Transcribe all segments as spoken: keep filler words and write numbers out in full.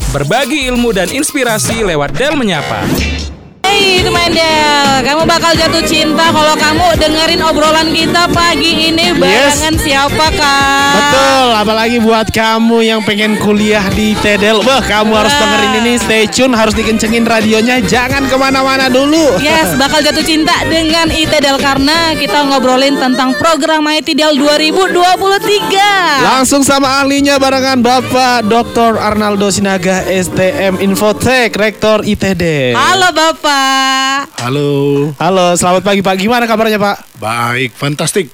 Berbagi ilmu dan inspirasi lewat Del Menyapa. Hey teman Del, kamu bakal jatuh cinta kalau kamu dengerin obrolan kita pagi ini barengan yes. Siapa Kak? Betul, apalagi buat kamu yang pengen kuliah di I T Del. Wah, kamu harus dengerin ini, stay tune, harus dikencengin radionya, jangan kemana-mana dulu. Yes, bakal jatuh cinta dengan I T Del karena kita ngobrolin tentang program I T Del dua ribu dua puluh tiga. Langsung sama ahlinya barengan Bapak Doktor Arnaldo Sinaga, S T M Infotek, Rektor I T Del. Halo Bapak. Halo. Halo, selamat pagi Pak. Gimana kabarnya Pak? Baik, fantastik.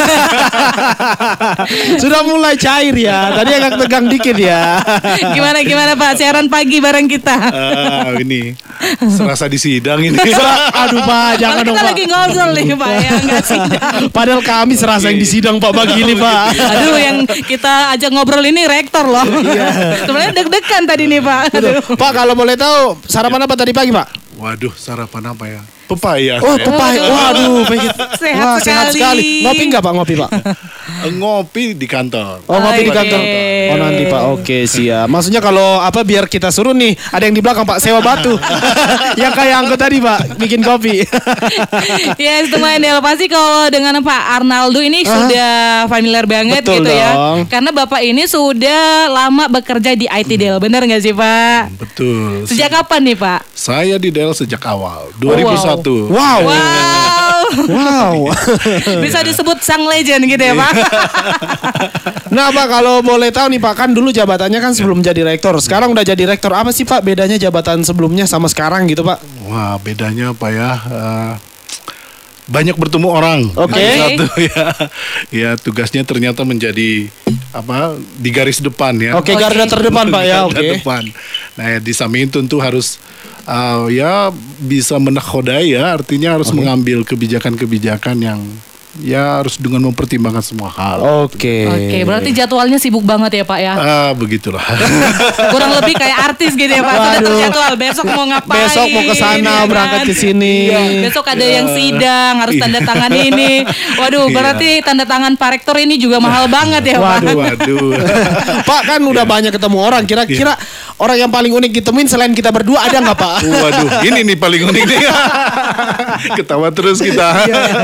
Sudah mulai cair ya. Tadi agak tegang dikit ya. Gimana gimana Pak? Siaran pagi bareng kita. Uh, ini serasa di sidang ini. Aduh Pak, jangan dong Pak. Kita lagi ngobrol nih Pak ya, nggak sidang. Padahal kami serasa yang di sidang Pak pagi ini Pak. Aduh, yang kita ajak ngobrol ini rektor loh. Sebenarnya deg-degan tadi nih Pak. Aduh. Pak, kalau boleh tahu sarapan apa tadi pagi Pak? Waduh, sarapan apa ya? Pepaya. Oh, pepaya. Waduh, sehat, wah, sekali. sehat sekali. Ngopi enggak Pak? Ngopi Pak? Ngopi di kantor. Oh, ngopi okay. di kantor. Oh, nanti Pak. Oke, siap. Maksudnya kalau apa biar kita suruh nih, ada yang di belakang Pak sewa batu. Yang kayak angkot tadi Pak, bikin kopi. Yes, teman Del, pasti kalau dengan Pak Arnaldo ini huh? sudah familiar banget. Betul gitu dong. Ya. Karena Bapak ini sudah lama bekerja di I T Del. Benar enggak sih, Pak? Betul. Sejak kapan nih, Pak? Saya di Del sejak awal dua ribu satu. Oh, wow. Wow. Wow. Bisa disebut sang legend gitu ya Pak. Nah Pak, kalau boleh tahu nih Pak, kan dulu jabatannya kan sebelum jadi rektor, sekarang udah jadi rektor. Apa sih Pak bedanya jabatan sebelumnya sama sekarang gitu Pak? Wah, bedanya apa ya? Uh, banyak bertemu orang. Oke. Okay. Satu ya, ya tugasnya ternyata menjadi apa di garis depan ya. Oke, okay, garda okay. terdepan Pak ya. Oke. Okay. Depan. Nah, ya, di samping tentu harus uh, ya bisa menakodai ya, artinya harus okay. mengambil kebijakan-kebijakan yang ya harus dengan mempertimbangkan semua hal. Oke. Okay. Oke, okay, berarti jadwalnya sibuk banget ya Pak ya? Ah, begitulah. Kurang lebih kayak artis gitu ya Pak. Sudah terjadwal besok mau ngapain? Besok mau ke sana, ya, berangkat ke sini. Ya, besok ada ya. yang sidang, harus tanda tangan ini. Waduh, berarti tanda tangan Pak Rektor ini juga mahal banget ya Pak. Waduh, waduh. Pak kan udah ya. banyak ketemu orang. Kira-kira ya. orang yang paling unik ditemuin selain kita berdua ada nggak Pak? Waduh, ini nih paling unik nih. Ketawa terus kita.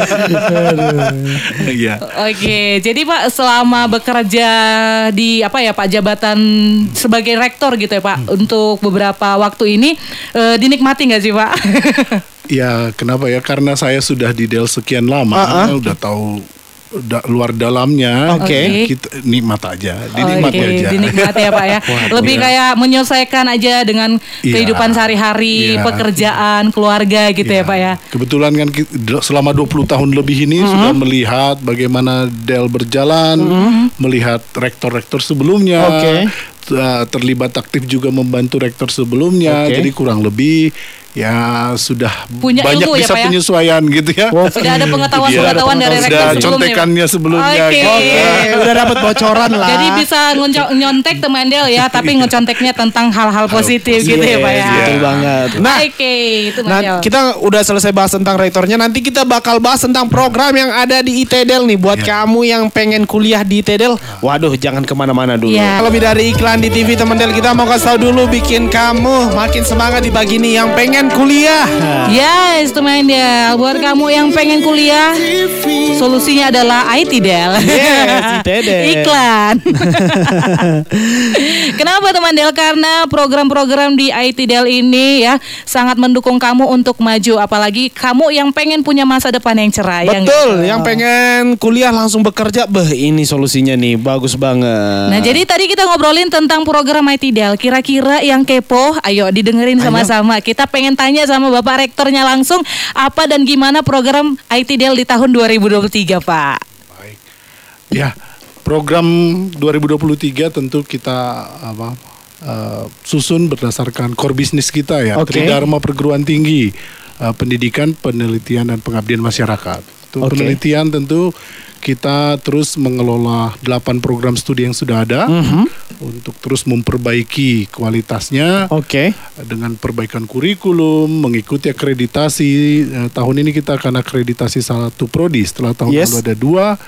Iya. Oke, jadi Pak selama bekerja di apa ya Pak jabatan sebagai rektor gitu ya Pak hmm. untuk beberapa waktu ini e, dinikmati nggak sih Pak? Ya kenapa ya? Karena saya sudah di Del sekian lama, uh-uh. udah tahu Da, luar dalamnya, oke, okay. kita nikmat aja, dinikmati okay. aja, dinikmati ya Pak ya. Waduh, lebih ya. kayak menyelesaikan aja dengan ya, kehidupan sehari-hari, ya. pekerjaan, keluarga gitu ya. ya Pak ya. Kebetulan kan selama dua puluh tahun lebih ini uh-huh. sudah melihat bagaimana Del berjalan, uh-huh. melihat rektor-rektor sebelumnya, okay. terlibat aktif juga membantu rektor sebelumnya, okay. jadi kurang lebih. Ya sudah punya banyak ilmu, bisa ya, penyesuaian ya? gitu ya. Wow. Sudah ada pengetahuan-pengetahuan dari rektor sebelumnya. Sudah contekannya sebelumnya. Oke, okay. okay. udah dapat bocoran lah. Jadi bisa nyontek teman Del ya, tapi ngeconteknya tentang hal-hal positif gitu ya Pak ya. Betul banget. Nah, okay, itu nah kita udah selesai bahas tentang rektornya. Nanti kita bakal bahas tentang program yang ada di I T Del nih. Buat yeah. kamu yang pengen kuliah di I T Del, waduh jangan kemana-mana dulu. Yeah. Lebih dari iklan di T V teman Del, kita mau kasih tahu dulu bikin kamu makin semangat di pagi ini yang pengen kuliah. Yes, teman Del. Buat kamu yang pengen kuliah, solusinya adalah I T Del. Yes, I T Del. Iklan. Kenapa teman Del? Karena program-program di I T Del ini ya sangat mendukung kamu untuk maju. Apalagi kamu yang pengen punya masa depan yang cerah. Betul, yang, yang pengen kuliah langsung bekerja. Beh, ini solusinya nih, bagus banget. Nah, jadi tadi kita ngobrolin tentang program I T Del. Kira-kira yang kepo, ayo didengerin sama-sama. Kita pengen tanya sama Bapak Rektornya langsung apa dan gimana program I T Del di tahun dua ribu dua puluh tiga, Pak. Baik. Ya, program dua ribu dua puluh tiga tentu kita apa uh, susun berdasarkan core business kita ya, okay. Tridharma Perguruan Tinggi, uh, pendidikan, penelitian dan pengabdian masyarakat. Untuk okay. penelitian tentu kita terus mengelola delapan program studi yang sudah ada uh-huh. untuk terus memperbaiki kualitasnya okay. dengan perbaikan kurikulum, mengikuti akreditasi. Eh, tahun ini kita akan akreditasi satu prodi, setelah tahun yes. lalu ada dua.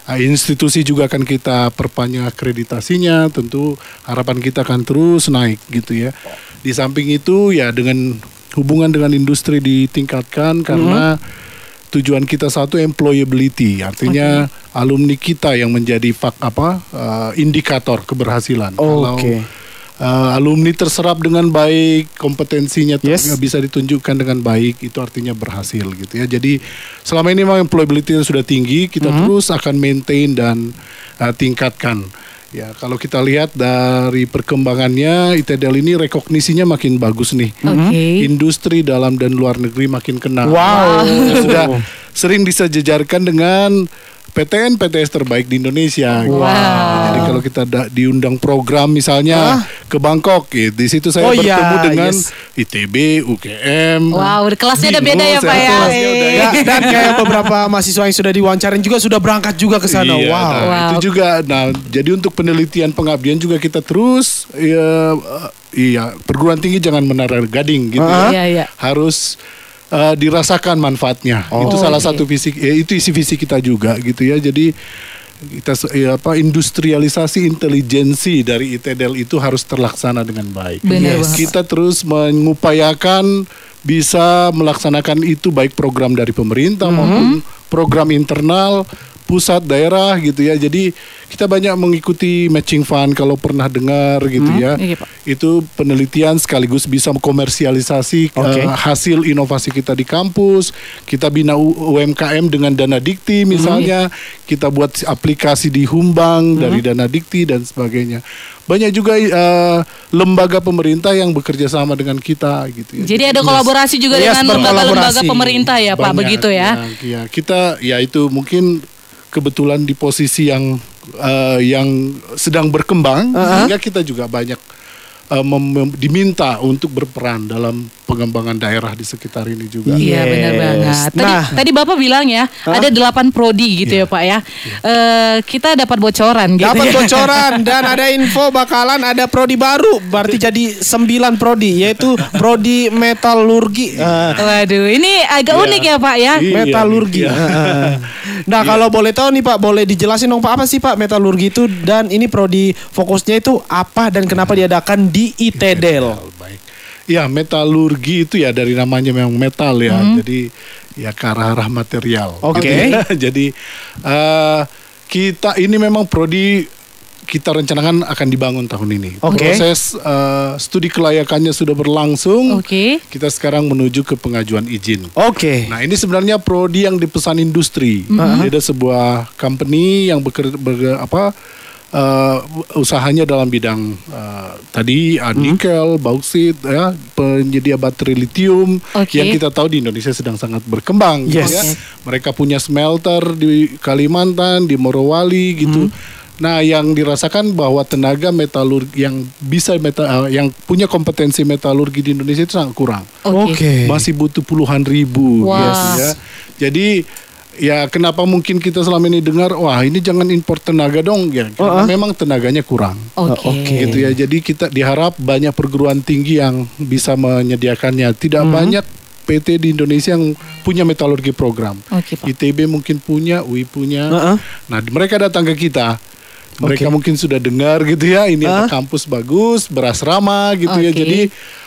Uh, institusi juga akan kita perpanjang akreditasinya, tentu harapan kita akan terus naik gitu ya. Di samping itu ya dengan hubungan dengan industri ditingkatkan karena mm-hmm. tujuan kita satu employability, artinya okay. alumni kita yang menjadi fak apa uh, indikator keberhasilan. Oh, Kalau okay. uh, alumni terserap dengan baik, kompetensinya ter- yes. bisa ditunjukkan dengan baik, itu artinya berhasil gitu ya. Jadi selama ini memang employability sudah tinggi, kita mm-hmm. terus akan maintain dan uh, tingkatkan. Ya, kalau kita lihat dari perkembangannya I T D L ini rekognisinya makin bagus nih. Okay. Industri dalam dan luar negeri makin kenal. Wow. Ya, sudah sering disejajarkan dengan P T N P T S terbaik di Indonesia. Wow. Jadi kalau kita da- diundang program misalnya ah. ke Bangkok, ya, di situ saya oh, bertemu iya. dengan yes. I T B, U K M. Wow, kelasnya udah beda ya Pak ya. ya. Dan kayak beberapa mahasiswa yang sudah diwawancarin juga sudah berangkat juga ke sana. Iya, wow. Nah, wow. Itu juga. Nah, jadi untuk penelitian pengabdian juga kita terus ya, uh, iya, perguruan tinggi jangan menara gading gitu. Uh-huh. ya. Iya, iya. Harus uh, dirasakan manfaatnya. Oh, itu salah okay. satu visi, ya, itu isi visi kita juga gitu ya. Jadi kita ya, apa industrialisasi intelijensi dari I T D L itu harus terlaksana dengan baik. Benar Yes. banget. Kita terus mengupayakan bisa melaksanakan itu baik program dari pemerintah mm-hmm. maupun program internal pusat daerah gitu ya. Jadi kita banyak mengikuti matching fund kalau pernah dengar gitu hmm, ya. iya, Pak. Itu penelitian sekaligus bisa komersialisasi okay. uh, hasil inovasi kita di kampus. Kita bina U M K M dengan dana dikti misalnya. Hmm. Kita buat aplikasi di Humbang hmm. dari dana dikti dan sebagainya. Banyak juga uh, lembaga pemerintah yang bekerja sama dengan kita gitu ya. Jadi ada kolaborasi juga yes, dengan lembaga-lembaga pemerintah ya Pak, banyak, begitu ya. ya. Ya, kita ya itu mungkin kebetulan di posisi yang uh, yang sedang berkembang, uh-huh. sehingga kita juga banyak uh, mem- mem- diminta untuk berperan dalam pengembangan daerah di sekitar ini juga. Iya Yes. benar banget. Tadi, Nah. tadi Bapak bilang ya Hah? ada delapan prodi gitu Yeah. ya Pak ya. Eh, kita dapat bocoran gitu. Dapat ya. bocoran dan ada info bakalan ada prodi baru, berarti jadi sembilan prodi, yaitu prodi metalurgi. Uh, Waduh, ini agak Iya. unik ya Pak ya. Iya, metalurgi. iya. Uh, nah, kalau boleh tahu nih Pak, boleh dijelasin dong Pak, apa sih Pak metalurgi itu, dan ini prodi fokusnya itu apa dan kenapa diadakan di I T D L? Baik. Ya, metalurgi itu ya dari namanya memang metal ya. Hmm. Jadi ya ke arah-arah material. Oke. Gitu ya. Jadi uh, kita ini memang prodi kita rencanakan akan dibangun tahun ini. Oke. Proses uh, studi kelayakannya sudah berlangsung. Oke. Kita sekarang menuju ke pengajuan izin. Oke. Nah, ini sebenarnya prodi yang dipesan industri. Jadi ada sebuah company yang bekerja ber, apa uh, usahanya dalam bidang uh, tadi uh, nikel, bauksit, ya, penyedia baterai lithium Oke. yang kita tahu di Indonesia sedang sangat berkembang. Yes. Gitu ya. Oke. Mereka punya smelter di Kalimantan, di Morowali gitu. Nah, yang dirasakan bahwa tenaga metalurgi yang bisa meta, uh, yang punya kompetensi metalurgi di Indonesia itu sangat kurang. Oke. Masih butuh puluhan ribu. Wah. Yes, ya. Jadi ya kenapa mungkin kita selama ini dengar, wah ini jangan impor tenaga dong ya, karena Uh-uh. memang tenaganya kurang. Oke. Oke. Gitu ya. Jadi kita diharap banyak perguruan tinggi yang bisa menyediakannya. Tidak Mhm. banyak P T di Indonesia yang punya metalurgi program. Oke, Pak. I T B mungkin punya, U I punya. Uh-uh. Nah, mereka datang ke kita. Mereka Oke. mungkin sudah dengar gitu ya, ini ada Uh. kampus bagus, berasrama gitu ya. Oke. Jadi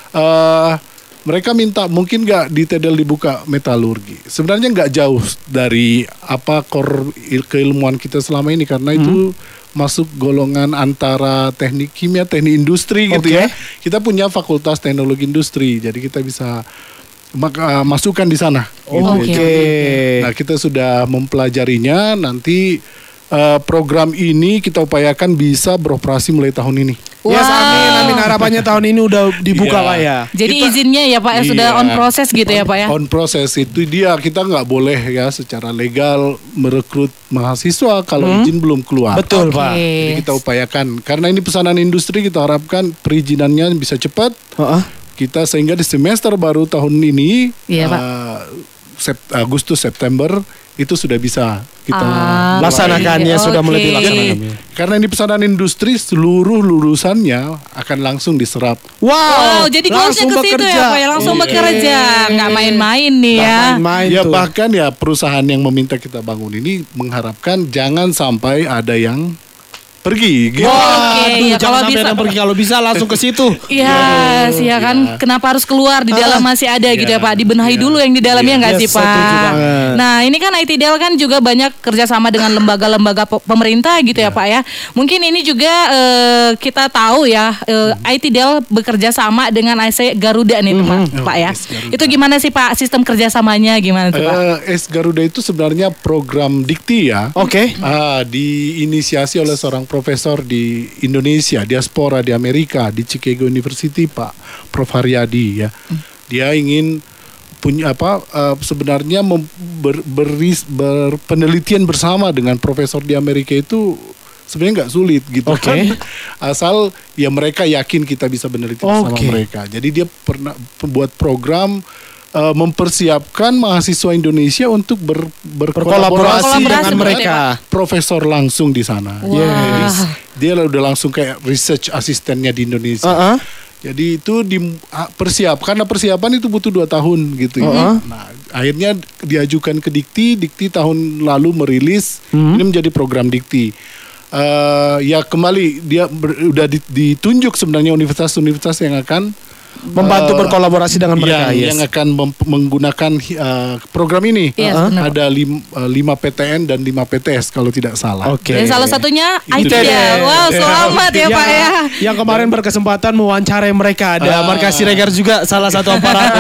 eh mereka minta mungkin nggak di T D L dibuka metalurgi. Sebenarnya nggak jauh dari apa core il- keilmuan kita selama ini, karena itu masuk golongan antara teknik kimia, teknik industri gitu Oke. ya. Kita punya fakultas teknologi industri, jadi kita bisa maka masukkan di sana. gitu ya. Oke. Oke. Nah, kita sudah mempelajarinya. Nanti eh, program ini kita upayakan bisa beroperasi mulai tahun ini. Yes, amin, amin. Harapannya tahun ini udah dibuka Iya. lah ya. Jadi Kita- izinnya ya Pak ya sudah Iya. on proses gitu ya Pak ya. On proses itu dia, kita nggak boleh ya secara legal merekrut mahasiswa kalau izin belum keluar. Betul, Oke. Pak. Jadi kita upayakan, karena ini pesanan industri, kita harapkan perizinannya bisa cepat. Heeh. Kita sehingga di semester baru tahun ini Iya, Pak. eh, Sep- Agustus September itu sudah bisa kita Ah, laksanakannya oke. sudah mulai Oke. dilaksanakan. karena ini pesanan industri, seluruh lulusannya akan langsung diserap. Oh, jadi goalsnya langsung ke situ bekerja. ya Pak ya, langsung Iya. bekerja, nggak main-main nih Nggak ya. main-main Ya tuh. bahkan ya perusahaan yang meminta kita bangun ini mengharapkan jangan sampai ada yang pergi gitu. Oke, Aduh, ya jangan kalau sampai bisa. ada yang pergi, kalau bisa langsung ke situ. Iya, sih ya kan. Kenapa harus keluar di dalam masih ada gitu ya Pak? Dibenahi dulu yang di dalamnya nggak Yes, sih setuju Pak? banget. Nah ini kan I T Del kan juga banyak kerjasama dengan lembaga-lembaga pe- pemerintah gitu ya Pak ya. Mungkin ini juga eh, kita tahu ya eh, I T Del bekerja sama dengan I C Garuda nih Pak, Pak ya. S Garuda. Itu gimana sih Pak sistem kerjasamanya gimana tuh Pak? Eh, S Garuda itu sebenarnya program dikti ya. Oke. Ah, diinisiasi oleh seorang profesor di Indonesia, diaspora di Amerika, di Chicago University, Pak Prof Haryadi ya. Dia ingin punya apa eh, sebenarnya mem- ber, beris, berpenelitian bersama dengan profesor di Amerika itu sebenarnya nggak sulit gitu Oke. kan. Asal ya mereka yakin kita bisa meneliti bersama Oke. mereka. Jadi dia pernah buat program eh, mempersiapkan mahasiswa Indonesia untuk ber, Berkolaborasi Berkolaborasi dengan betul, mereka. profesor langsung di sana. Wah. Jadi dia udah langsung kayak research asistennya di Indonesia. Uh-uh. Jadi itu dipersiapkan, karena persiapan itu butuh dua tahun gitu. ya. Uh-uh. Nah, akhirnya diajukan ke Dikti. Dikti tahun lalu merilis ini menjadi program Dikti. Eh, ya kembali dia ber- udah di- ditunjuk sebenarnya universitas-universitas yang akan Membantu eh, berkolaborasi dengan mereka. yang, Yes. yang akan mem- menggunakan uh, program ini. Yes, Uh-uh. benar. Ada lim, uh, lima P T N dan lima P T S kalau tidak salah. Oke. Dan salah satunya I T Itu Del. dia. Wow, selamat ya Yang- Pak ya. Yang kemarin berkesempatan mewawancarai mereka ada Ah. Markas Siregar juga salah satu aparat.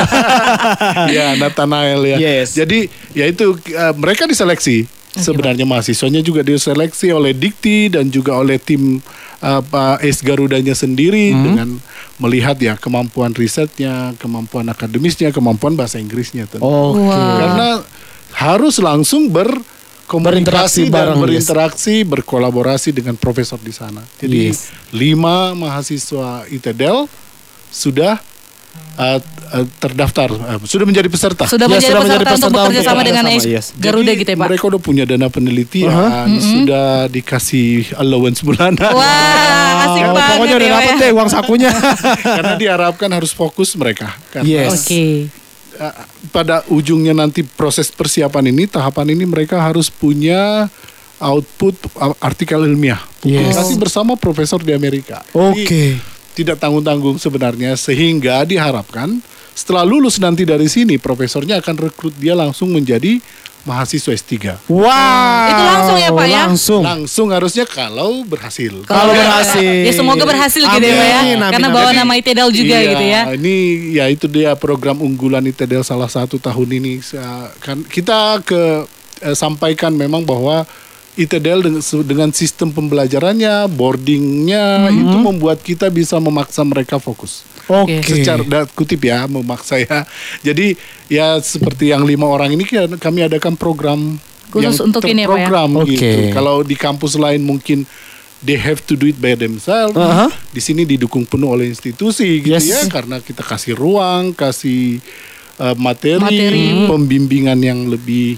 Ya, Nathanael ya. Yes. Jadi ya itu uh, mereka diseleksi. Sebenarnya mahasiswanya juga diseleksi oleh Dikti dan juga oleh tim uh, Pak S Garudanya sendiri dengan melihat ya kemampuan risetnya, kemampuan akademisnya, kemampuan bahasa Inggrisnya tentu. Oke. Wow. Karena harus langsung Berinteraksi berkomunikasi dan bareng, yes. berinteraksi, berkolaborasi dengan profesor di sana. Jadi Yes. lima mahasiswa I T D E L sudah uh, uh, terdaftar, uh, sudah menjadi peserta. Sudah Ya, menjadi sudah menjadi peserta untuk peserta bekerja untuk sama dengan bekerja I C sama, yes. Garuda Jadi gitu ya Pak. mereka udah punya dana penelitian, sudah dikasih allowance bulanan. Wah, asik Oh, banget pokoknya udah ya, Pak dapet ya. deh uang sakunya. Karena diharapkan harus fokus mereka. Karena Yes. Oke. uh, pada ujungnya nanti proses persiapan ini, tahapan ini mereka harus punya output uh, artikel ilmiah, Yes. publikasi bersama profesor di Amerika. Jadi, Oke. tidak tanggung-tanggung sebenarnya, sehingga diharapkan setelah lulus nanti dari sini profesornya akan rekrut dia langsung menjadi mahasiswa S tiga. Wow. Itu langsung ya, Pak, ya? Langsung. Langsung harusnya kalau berhasil. Kalau berhasil. Ya semoga berhasil gitu ya Pak ya. Amin, amin, Karena amin. bawa nama I T Del juga Iya, gitu ya. Ini ya itu dia program unggulan I T D E L salah satu tahun ini. Sa- Kan kita ke eh, sampaikan memang bahwa I T D E L dengan, dengan sistem pembelajarannya, boardingnya itu membuat kita bisa memaksa mereka fokus. Oke. Secara da- kutip ya, memaksa ya. Jadi ya seperti yang lima orang ini ki- kami adakan program Khusus yang untuk ini ya, Pak, ya? terprogram Oke. gitu. Kalau di kampus lain mungkin they have to do it by themselves. Aha. Di sini didukung penuh oleh institusi gitu Yes. ya, karena kita kasih ruang, kasih uh, materi, Materi. pembimbingan yang lebih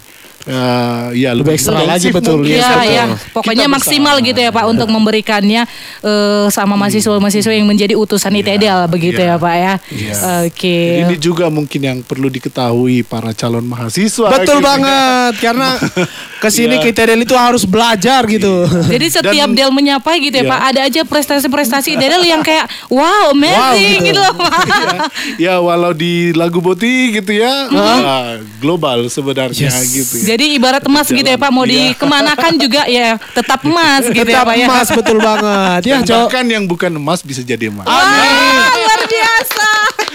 uh, ya Lebih ekstra lagi, intensif betul. mungkin. Yes, Iya, betul. ya. Pokoknya Kita maksimal bersama. gitu ya Pak untuk memberikannya eh, sama mahasiswa-mahasiswa yang menjadi utusan I T D E L begitu iya. ya Pak ya. Iya. Oke. Jadi ini juga mungkin yang perlu diketahui para calon mahasiswa. Betul gitu. banget, karena kesini Iya. ke I T D E L itu harus belajar gitu. Jadi setiap Dan- Del menyapa gitu ya Iya. Pak, ada aja prestasi-prestasi I T D E L yang kayak wow, amazing Wow, gitu. gitu loh Pak. Ya walau di lagu Boti gitu ya, ah, global sebenarnya Yes. gitu ya. Jadi ibarat emas gitu ya Pak, mau dikemanakan juga ya tetap emas gitu ya Tetap Pak ya. emas, betul banget. Ya, Dan Cok. bahkan yang bukan emas bisa jadi emas. Wah, luar biasa.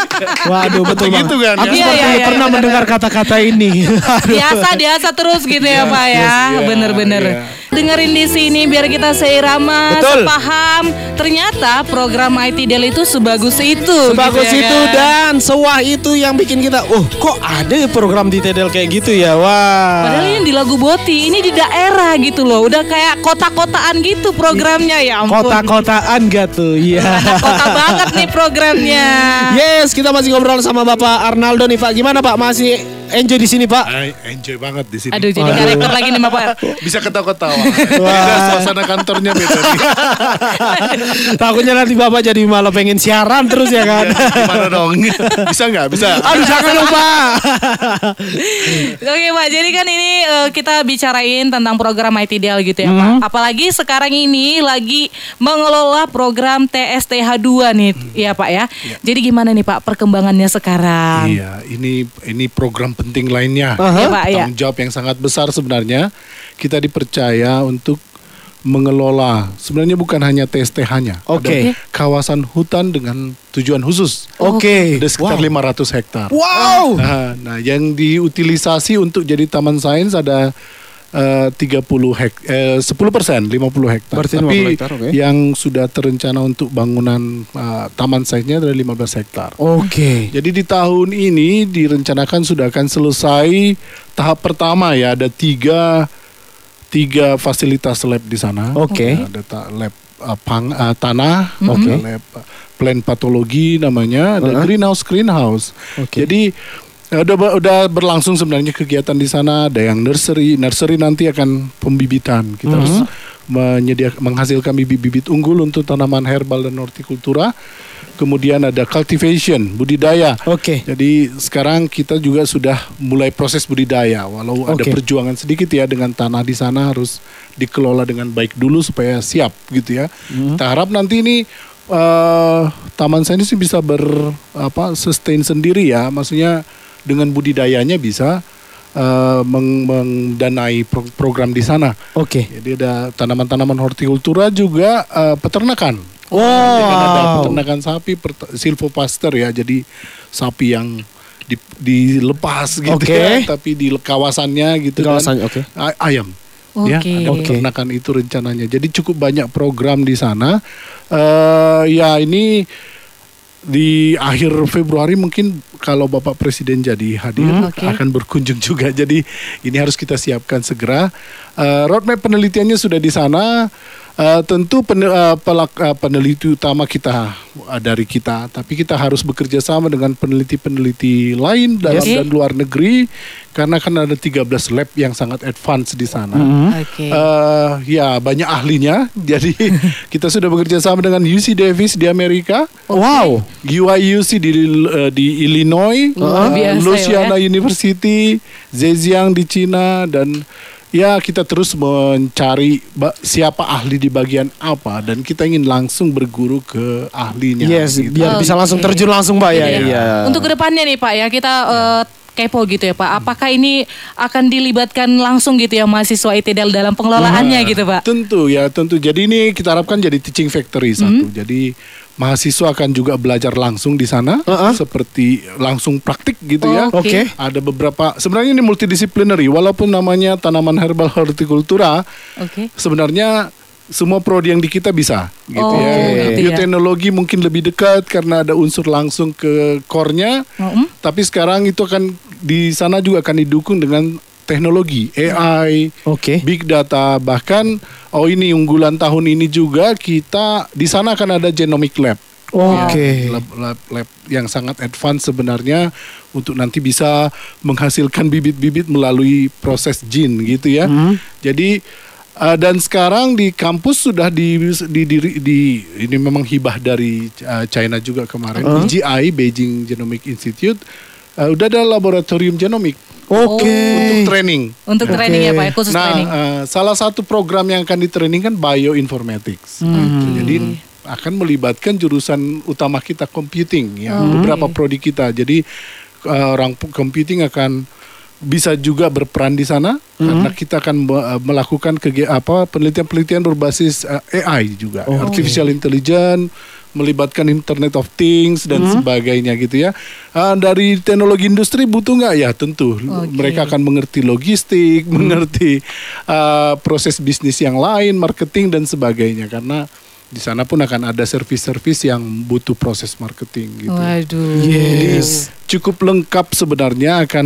Waduh, betul banget. Begitu kan, Aku ya? Iya, seperti iya, iya, pernah benar, mendengar kata-kata ini. Biasa, biasa terus gitu ya Pak ya. iya, Bener-bener. iya. Dengerin di sini biar kita seirama, Betul. sepaham. Ternyata program I T D E L itu sebagus itu. Sebagus gitu ya itu kan? dan sewah itu yang bikin kita, oh kok ada ya program di I T D E L kayak gitu ya, wah. Padahal ini di Lagu Boti, ini di daerah gitu loh. Udah kayak kota-kotaan gitu programnya ya ampun. Kota-kotaan gak tuh, iya. Kota banget nih programnya. Yes, kita masih ngobrol sama Bapak Arnaldo nih Pak. Gimana Pak, masih enjoy di sini, Pak? I enjoy banget di sini. Aduh, jadi karakter lagi nih Bapak. Bisa ketawa-ketawa. Beda suasana kantornya beda nih. Takutnya nanti Bapak jadi malah pengen siaran terus ya kan? Gimana dong? Bisa nggak? Bisa. Aduh, jangan lupa. Oke Pak, jadi kan ini uh, kita bicarain tentang program I T Del gitu ya mm-hmm. Pak. Apalagi sekarang ini lagi mengelola program T S T H dua nih, hmm. ya Pak ya. ya. Jadi gimana nih Pak perkembangannya sekarang? Iya, ini ini program penting lainnya. Uh-huh. Ya, Pak, tanggung ya. jawab yang sangat besar sebenarnya. Kita dipercaya untuk mengelola. Sebenarnya bukan hanya T S T H-nya. Oke. Okay. Kawasan hutan dengan tujuan khusus. Oke. Okay. Ada sekitar wow. lima ratus hektar. Wow. Nah, nah, yang diutilisasi untuk jadi taman sains ada Uh, tiga puluh hek, eh, sepuluh persen, lima puluh hektar. Berarti Tapi lima puluh hektar, okay. yang sudah terencana untuk bangunan uh, taman sainsnya adalah lima belas hektar. Oke. Okay. Jadi di tahun ini direncanakan sudah akan selesai tahap pertama ya. Ada tiga tiga fasilitas lab di sana. Oke. Okay. Ada ta- lab uh, pang, uh, tanah, mm-hmm. okay. lab uh, plant patologi namanya, ada uh-huh. greenhouse greenhouse. Okay. Jadi Udah udah berlangsung sebenarnya kegiatan di sana. Ada yang nursery, nursery nanti akan pembibitan. Kita mm-hmm. harus menyediakan menghasilkan bibit-bibit unggul untuk tanaman herbal dan hortikultura. Kemudian ada cultivation, budidaya. Oke. Okay. Jadi sekarang kita juga sudah mulai proses budidaya. Walau okay. ada perjuangan sedikit ya dengan tanah di sana harus dikelola dengan baik dulu supaya siap gitu ya. Mm-hmm. Kita harap nanti ini uh, taman sains ini bisa ber apa sustain sendiri ya. Maksudnya dengan budidayanya bisa uh, meng- mendanai pro- program di sana. Oke. Okay. Jadi ada tanaman-tanaman hortikultura juga uh, peternakan. Wow. Jadi kan ada peternakan sapi, per- silvopasture ya. Jadi sapi yang di, dilepas gitu okay. ya, tapi di kawasannya gitu di kawasan, kan. Okay. A- ayam. Okay. Ya, ada peternakan itu rencananya. Jadi cukup banyak program di sana. Uh, ya ini di akhir Februari mungkin kalau Bapak Presiden jadi hadir hmm, okay. akan berkunjung juga. Jadi ini harus kita siapkan segera. Uh, roadmap penelitiannya sudah di sana. Uh, tentu pen, uh, pelak, uh, peneliti utama kita uh, dari kita, tapi kita harus bekerja sama dengan peneliti-peneliti lain dalam okay. dan luar negeri karena kan ada tiga belas lab yang sangat advance di sana. Mm-hmm. Okay. Uh, ya banyak ahlinya. Jadi kita sudah bekerja sama dengan U C Davis di Amerika. Wow. U I U C di uh, di Illinois, uh, uh, Louisiana ya. University, Zhejiang di Cina dan ya kita terus mencari siapa ahli di bagian apa dan kita ingin langsung berguru ke ahlinya. Yes, gitu. biar okay. bisa langsung terjun langsung Pak ya. Iya. Iya. Untuk kedepannya nih Pak ya kita uh, kepo gitu ya Pak. Apakah ini akan dilibatkan langsung gitu ya mahasiswa I T D E L dalam pengelolaannya nah, gitu Pak? Tentu ya, tentu. Jadi ini kita harapkan jadi teaching factory satu. Mm-hmm. Jadi mahasiswa akan juga belajar langsung di sana, uh-uh. seperti langsung praktik gitu oh, ya. Oke. Okay. Ada beberapa, sebenarnya ini multidisciplinary, walaupun namanya tanaman herbal hortikultura, okay. sebenarnya semua prodi yang di kita bisa, gitu oh, ya. Okay. Bioteknologi ya. Mungkin lebih dekat karena ada unsur langsung ke core-nya, uh-uh. tapi sekarang itu akan di sana juga akan didukung dengan teknologi, A I, okay. big data, bahkan oh ini unggulan tahun ini juga kita di sana akan ada genomic lab. Oke. Okay. Ya, lab, lab, lab yang sangat advance sebenarnya untuk nanti bisa menghasilkan bibit-bibit melalui proses gene gitu ya. Hmm. Jadi uh, dan sekarang di kampus sudah di di, di, di ini memang hibah dari uh, China juga kemarin, uh. B G I Beijing Genomic Institute. Uh, udah ada laboratorium genomik. Oke. Okay. Untuk training. Untuk okay. training ya Pak, khusus nah, training. Nah, uh, salah satu program yang akan di training kan bioinformatics. Hmm. Gitu. Jadi akan melibatkan jurusan utama kita computing ya, hmm. beberapa prodi kita. Jadi uh, orang computing akan bisa juga berperan di sana hmm. karena kita akan uh, melakukan kegi- apa penelitian-penelitian berbasis uh, A I juga, oh, artificial okay. intelligence, melibatkan Internet of Things dan hmm. sebagainya gitu ya. Uh, dari teknologi industri butuh nggak ya? Tentu okay. mereka akan mengerti logistik, hmm. mengerti uh, proses bisnis yang lain, marketing dan sebagainya karena di sana pun akan ada servis-servis yang butuh proses marketing gitu. Waduh. Yes. Cukup lengkap sebenarnya akan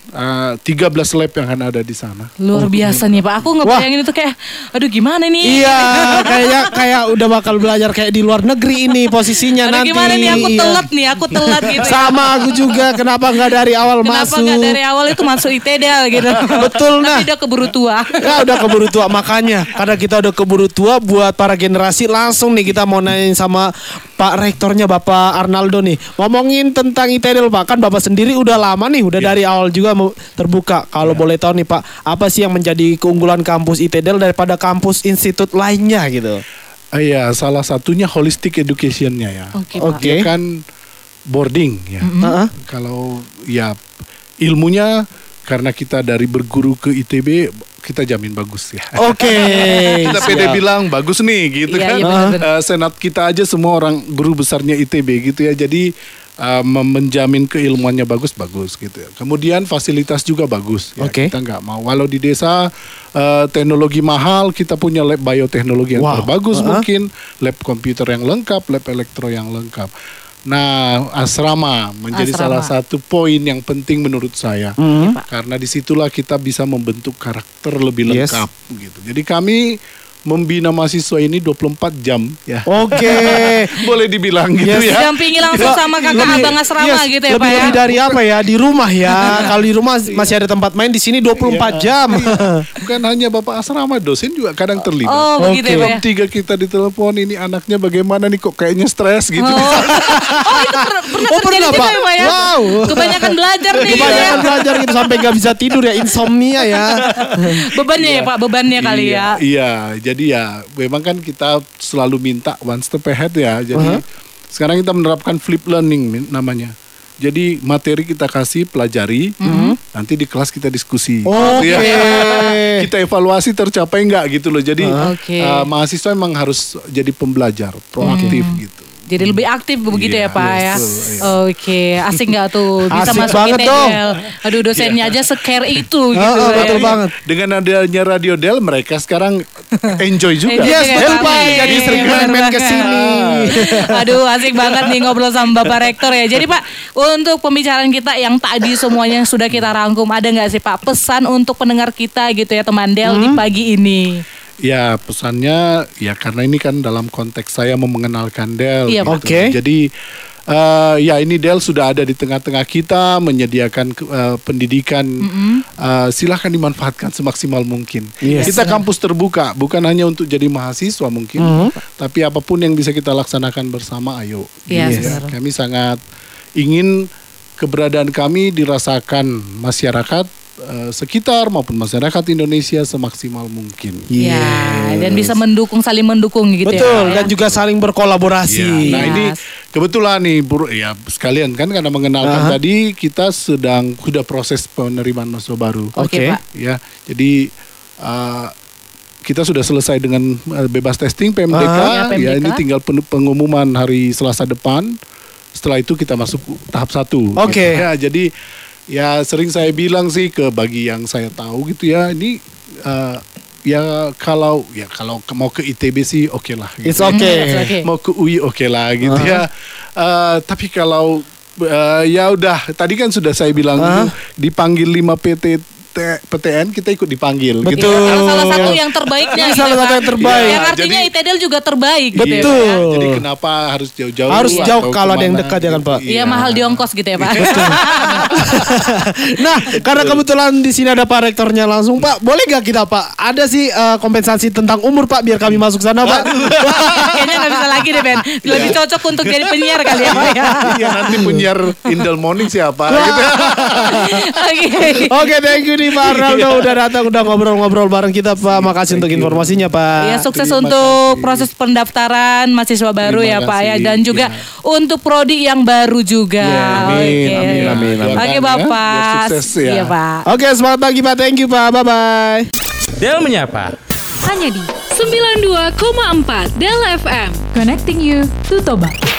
uh, tiga belas lab yang akan ada di sana. Luar biasa nih Pak. Aku ngebayangin itu kayak, aduh gimana nih? Iya, kayak kayak udah bakal belajar kayak di luar negeri ini posisinya aduh, nanti. Gimana nih? Aku iya. telat nih, aku telat gitu. Sama aku juga. Kenapa nggak dari awal Kenapa masuk? Kenapa nggak dari awal itu masuk I T D L gitu? Betul nah. Tapi udah keburu tua. Ya udah keburu tua makanya. Karena kita udah keburu tua, buat para generasi langsung nih kita mau nanyain sama Pak Rektornya Bapak Arnaldo nih. Ngomongin tentang I T D L Pak, kan Bapak sendiri udah lama nih, udah ya. dari awal juga terbuka. Kalau ya. boleh tahu nih Pak, apa sih yang menjadi keunggulan kampus I T D L daripada kampus institut lainnya gitu? Iya, uh, salah satunya holistic education-nya ya. Oke. Okay, okay. Kan boarding ya. Mm-hmm. Uh-huh. Kalau ya ilmunya karena kita dari berguru ke I T B kita jamin bagus ya. Oke. Okay. Kita pede bilang bagus nih gitu iya, kan. Iya, uh, senat kita aja semua orang guru besarnya I T B gitu ya. Jadi uh, menjamin keilmuannya bagus-bagus gitu ya. Kemudian fasilitas juga bagus ya. Okay. Kita nggak mau walau di desa uh, teknologi mahal, kita punya lab bioteknologi yang wow. terbagus uh-huh. mungkin, lab komputer yang lengkap, lab elektro yang lengkap. Nah, asrama menjadi asrama. salah satu poin yang penting menurut saya, mm-hmm. karena disitulah kita bisa membentuk karakter lebih lengkap, yes. gitu. Jadi kami membina mahasiswa ini dua puluh empat jam ya. Oke. Okay. Boleh dibilang gitu yes. ya. Didampingi langsung sama kakak lebih, abang asrama yes, gitu ya lebih, Pak ya. Lebih dari apa ya? Di rumah ya. Kalau di rumah masih ada tempat main, di sini dua puluh empat jam. Bukan hanya Bapak asrama, dosen juga kadang terlibat. Oh, begitu okay. ya Pak ya. Tiga kita ditelepon, ini anaknya bagaimana nih kok kayaknya stres gitu. Oh, oh itu per- pernah oh, terjadi pernah, juga Pak. ya Pak ya. Wow. Kebanyakan belajar nih. Kebanyakan ya. belajar gitu sampai gak bisa tidur ya, insomnia ya. Bebannya ya, ya Pak, bebannya kali iya, ya. Iya, jadi ya memang kan kita selalu minta one step ahead ya. Jadi uh-huh. sekarang kita menerapkan flip learning namanya. Jadi materi kita kasih pelajari, uh-huh. nanti di kelas kita diskusi. Oh, ya. okay. Kita evaluasi tercapai nggak gitu loh. Jadi uh, okay. uh, mahasiswa memang harus jadi pembelajar, proaktif uh-huh. gitu. Jadi lebih aktif begitu yeah, ya Pak ya. Betul, Oke, okay. Asik nggak tuh bisa asik masuk banget I T D L. Dong. Aduh dosennya yeah. aja se-care itu gitu. Oh, oh, ya. betul banget. Dengan adanya Radio Del mereka sekarang enjoy juga. Yes, betul Pak. Jadi Jadi sering main-main ke sini. Aduh, asik banget nih ngobrol sama Bapak Rektor ya. Jadi Pak, untuk pembicaraan kita yang tadi semuanya sudah kita rangkum, ada nggak sih Pak pesan untuk pendengar kita gitu ya teman Del hmm. di pagi ini? Ya pesannya ya karena ini kan dalam konteks saya mau mengenalkan Del. Iya, gitu. Oke. Okay. Jadi uh, ya ini Del sudah ada di tengah-tengah kita menyediakan uh, pendidikan. Mm-hmm. Uh, silahkan dimanfaatkan semaksimal mungkin. Yes. Kita kampus terbuka bukan hanya untuk jadi mahasiswa mungkin, mm-hmm. tapi apapun yang bisa kita laksanakan bersama, ayo. Yes. Ya, kami sangat ingin keberadaan kami dirasakan masyarakat Uh, sekitar maupun masyarakat Indonesia semaksimal mungkin. Iya, yes. Dan bisa mendukung, saling mendukung gitu. Betul, ya. dan juga saling berkolaborasi. Ya, nah yes. ini kebetulan nih, Bro, ya sekalian kan karena mengenalkan uh-huh. tadi kita sedang sudah proses penerimaan mahasiswa baru. Oke, okay, Pak. Ya, jadi uh, kita sudah selesai dengan uh, bebas testing P M D K. Uh-huh. Ya, P M D K. Ya ini tinggal pengumuman hari Selasa depan. Setelah itu kita masuk tahap satu. Oke. Okay. Gitu. Ya, jadi ya sering saya bilang sih ke bagi yang saya tahu gitu ya, ini uh, ya kalau ya kalau mau ke I T B sih oke okay lah. Gitu. It's okay. It's okay. Mau ke U I oke okay lah gitu uh-huh. ya. Uh, tapi kalau uh, ya udah tadi kan sudah saya bilang uh-huh. dipanggil lima P T P T N kita ikut dipanggil. Betul. Gitu. Salah satu yang terbaiknya. Ini salah satu yang terbaik. Yang artinya jadi, I T D L juga terbaik. Betul. Gitu ya, jadi kenapa harus jauh-jauh? Harus jauh kalau ada yang dekat ya kan Pak. Iya, mahal di ongkos gitu ya Pak. Nah, karena kebetulan di sini ada Pak Rektornya langsung Pak, boleh gak kita Pak? Ada sih uh, kompensasi tentang umur Pak biar kami masuk sana Pak. Kayaknya gak bisa lagi deh Ben. Lebih cocok untuk jadi penyiar kali ya Pak ya. Iya nanti penyiar Indel Morning siapa? Oke. Oke, thank you nih Pak Arnaldo udah datang, udah ngobrol-ngobrol bareng kita Pak. Makasih untuk informasinya Pak. Ya sukses Terima untuk kasih. proses pendaftaran mahasiswa baru Terima ya kasih. Pak ya. Dan juga ya. untuk prodi yang baru juga. Ya, amin, Oke. amin, amin, amin. Oke Bapak. Ya, sukses ya. Iya Pak. Oke, selamat pagi Pak. Thank you Pak. Bye-bye. Del menyapa. Hanya di sembilan puluh dua koma empat Del F M. Connecting you to Toba.